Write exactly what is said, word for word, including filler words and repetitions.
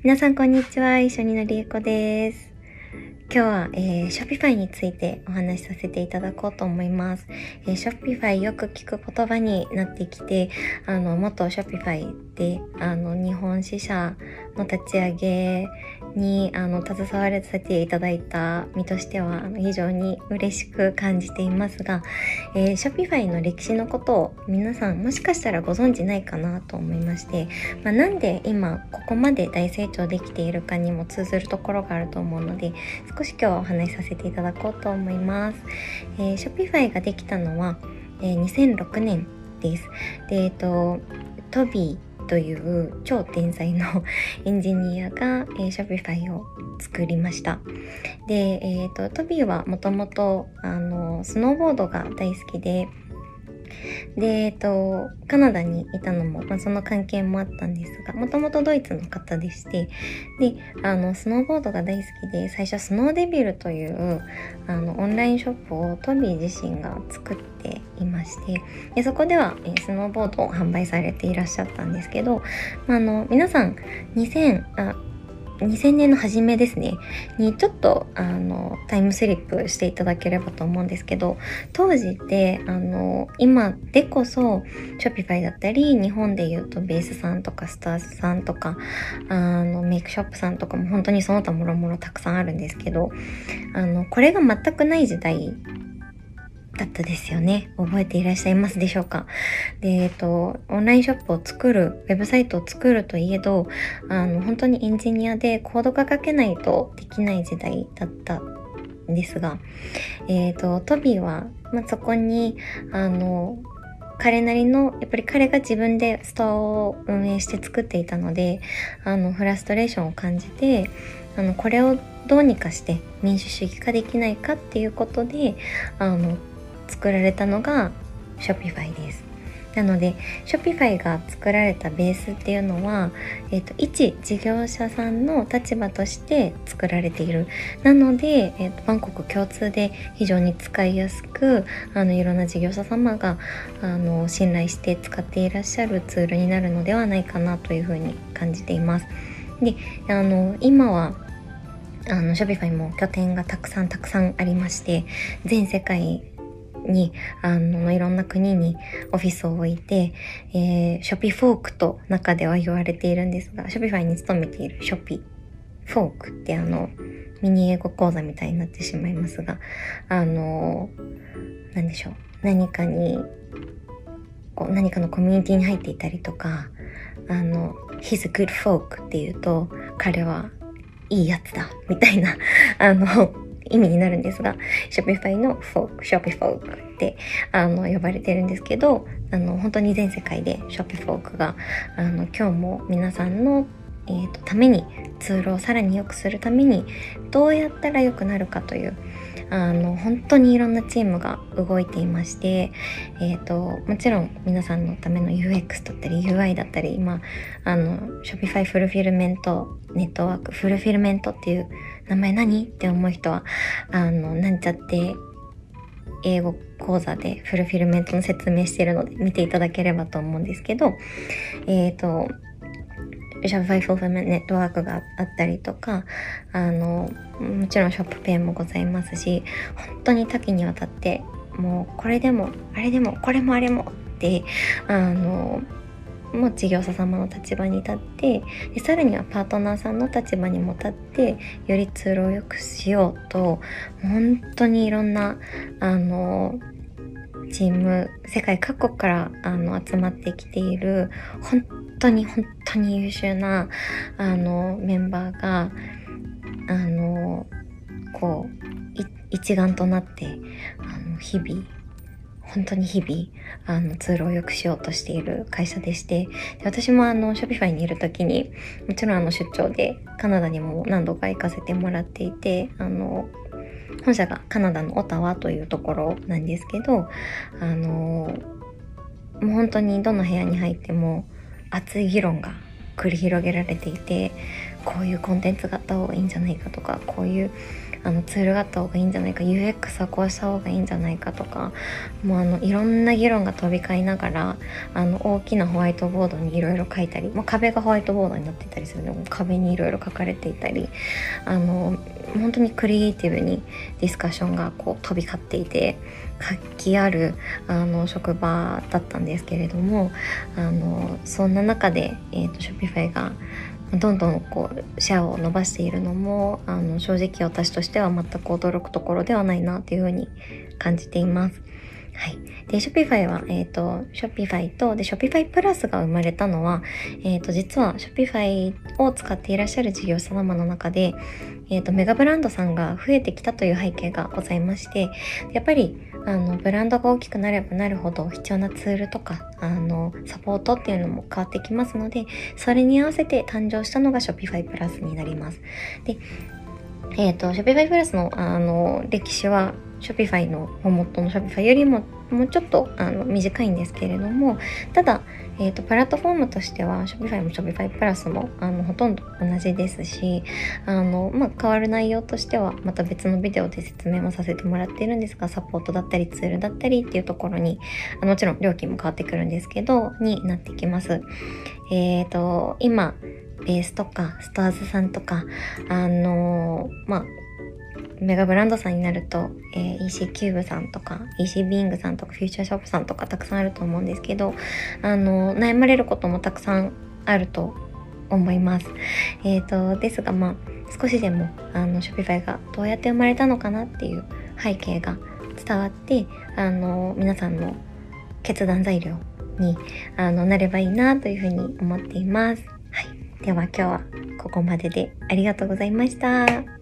皆さんこんにちは、一緒にのりえこです。今日は、えー、Shopify についてお話しさせていただこうと思います。えー、Shopify よく聞く言葉になってきて、あの、元 Shopify で、あの、日本支社の立ち上げに、あの、携わらせていただいた身としては、非常に嬉しく感じていますが、えー、Shopify の歴史のことを皆さんもしかしたらご存知ないかなと思いまして、まあ、なんで今ここまで大成長できているかにも通ずるところがあると思うので、少し今日はお話しさせていただこうと思います。えー、Shopify ができたのは、えー、にせんろくねんです。で、えっと、トビーという超天才のエンジニアが、えー、Shopify を作りました。で、えっと、トビーはもともと、あの、スノーボードが大好きで、で、えっと、カナダにいたのも、まあ、その関係もあったんですが、もともとドイツの方でして、で、あの、スノーボードが大好きで、最初スノーデビルという、あの、オンラインショップをトビー自身が作っていまして、で、そこでは、えー、スノーボードを販売されていらっしゃったんですけど、まあ、あの、皆さん、にせん、あ、にせんねんの初めですねにちょっとあのタイムスリップしていただければと思うんですけど、当時ってあの今でこそ Shopify だったり、日本でいうとベースさんとかスターズさんとかあのメイクショップさんとかも本当にその他もろもろたくさんあるんですけど、あのこれが全くない時代だったですよね。覚えていらっしゃいますでしょうか。で、えっと、オンラインショップを作る、ウェブサイトを作るといえど、あの、本当にエンジニアでコードが書けないとできない時代だったんですが、えっと、トビーは、まあ、そこに、あの、彼なりの、やっぱり彼が自分でストアを運営して作っていたので、あの、フラストレーションを感じて、あの、これをどうにかして民主主義化できないかっていうことで、あの、作られたのが Shopify です。なので Shopify が作られたベースっていうのは、えっと、一事業者さんの立場として作られている。なので、えっと、万国共通で非常に使いやすく、あのいろんな事業者様があの信頼して使っていらっしゃるツールになるのではないかなというふうに感じています。で、あの今はあの Shopify も拠点がたくさんたくさんありまして、全世界にあのいろんな国にオフィスを置いて、えー、ショピフォークと中では言われているんですが、ショピファイに勤めているショピフォークってあのミニ英語講座みたいになってしまいますが、あの何でしょう、何かにこう何かのコミュニティに入っていたりとか、あの He's a good folk っていうと彼はいいやつだみたいなあの意味になるんですが、Shopify のフォーク、ショピフォークってあの呼ばれてるんですけど、あの本当に全世界でショピフォークがあの今日も皆さんの、えーと、ためにツールをさらに良くするためにどうやったら良くなるかというあの本当にいろんなチームが動いていまして、えーと、もちろん皆さんのための ユーエックス だったり ユーアイ だったり、今あの Shopify フルフィルメントネットワーク、フルフィルメントっていう名前何って思う人はあのなんちゃって英語講座でフルフィルメントの説明しているので見ていただければと思うんですけど、えっとShopify Fulfillment Network があったりとか、あのもちろんショップペイもございますし、本当に多岐にわたってもうこれでもあれでもこれもあれもってあのもう事業者様の立場に立って、でさらにはパートナーさんの立場にも立ってよりツールを良くしようと、本当にいろんなあのチーム、世界各国からあの集まってきている本当に本当に優秀なあのメンバーがあのこう一丸となってあの日々本当に日々あのツールを良くしようとしている会社でして、で私もあの Shopify にいる時にもちろんあの出張でカナダにも何度か行かせてもらっていて、あの本社がカナダのオタワというところなんですけど、あのもう本当にどの部屋に入っても熱い議論が繰り広げられていて、こういうコンテンツがあった方がいいんじゃないかとか、こういうあのツールがあった方がいいんじゃないか、 ユーエックス はこうした方がいいんじゃないかとか、もうあのいろんな議論が飛び交いながら、あの大きなホワイトボードにいろいろ書いたり、まあ、壁がホワイトボードになっていたりするのも壁にいろいろ書かれていたり、あの本当にクリエイティブにディスカッションがこう飛び交っていて活気あるあの職場だったんですけれども、あのそんな中で、えーと、Shopify がどんどんこうシェアを伸ばしているのも、あの正直私としては全く驚くところではないなというふうに感じています。はい。で、Shopify は、えっ、ー、と、Shopify と、で、Shopify プラスが生まれたのは、えっ、ー、と、実は Shopify を使っていらっしゃる事業者様の中で、えっ、ー、と、メガブランドさんが増えてきたという背景がございまして、やっぱり、あの、ブランドが大きくなればなるほど必要なツールとか、あの、サポートっていうのも変わってきますので、それに合わせて誕生したのが Shopify プラスになります。で、えっ、ー、と、Shopify プラスの、あの、歴史は、Shopify の元の Shopify よりももうちょっとあの短いんですけれども、ただ、えーと、プラットフォームとしては Shopify も Shopify プラスもあのほとんど同じですし、あの、まあ、変わる内容としてはまた別のビデオで説明もさせてもらっているんですが、サポートだったりツールだったりっていうところに、あのもちろん料金も変わってくるんですけどになってきます。えーと今ベースとかストアーズさんとかあのまあメガブランドさんになると、えー、イーシー キューブさんとか イーシー ビーイングさんとかフューチャーショップさんとかたくさんあると思うんですけど、あの悩まれることもたくさんあると思います。えーとですが、まあ少しでもあの Shopify がどうやって生まれたのかなっていう背景が伝わって、あの皆さんの決断材料にあのなればいいなというふうに思っています。はい、では今日はここまででありがとうございました。